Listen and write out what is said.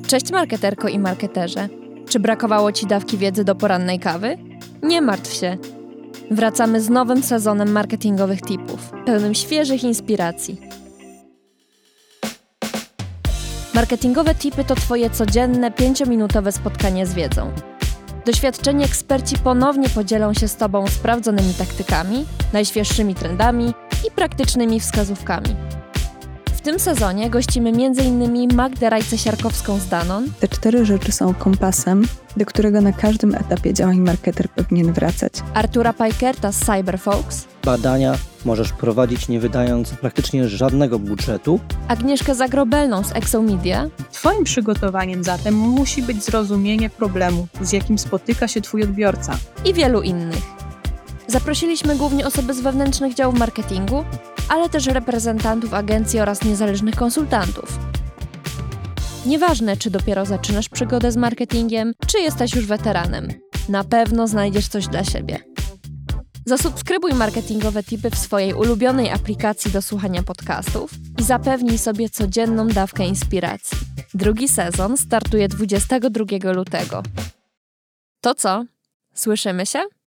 Cześć marketerko i marketerze. Czy brakowało Ci dawki wiedzy do porannej kawy? Nie martw się. Wracamy z nowym sezonem marketingowych tipów, pełnym świeżych inspiracji. Marketingowe tipy to Twoje codzienne 5-minutowe spotkanie z wiedzą. Doświadczeni eksperci ponownie podzielą się z Tobą sprawdzonymi taktykami, najświeższymi trendami i praktycznymi wskazówkami. W tym sezonie gościmy m.in. Magdę Rajce-Siarkowską z Danone. Te 4 rzeczy są kompasem, do którego na każdym etapie działań marketer powinien wracać. Artura Pajkerta z CyberFolks. Badania możesz prowadzić nie wydając praktycznie żadnego budżetu. Agnieszkę Zagrobelną z ExoMedia. Twoim przygotowaniem zatem musi być zrozumienie problemu, z jakim spotyka się Twój odbiorca. I wielu innych. Zaprosiliśmy głównie osoby z wewnętrznych działów marketingu, ale też reprezentantów agencji oraz niezależnych konsultantów. Nieważne, czy dopiero zaczynasz przygodę z marketingiem, czy jesteś już weteranem. Na pewno znajdziesz coś dla siebie. Zasubskrybuj marketingowe tipy w swojej ulubionej aplikacji do słuchania podcastów i zapewnij sobie codzienną dawkę inspiracji. Drugi sezon startuje 22 lutego. To co? Słyszymy się?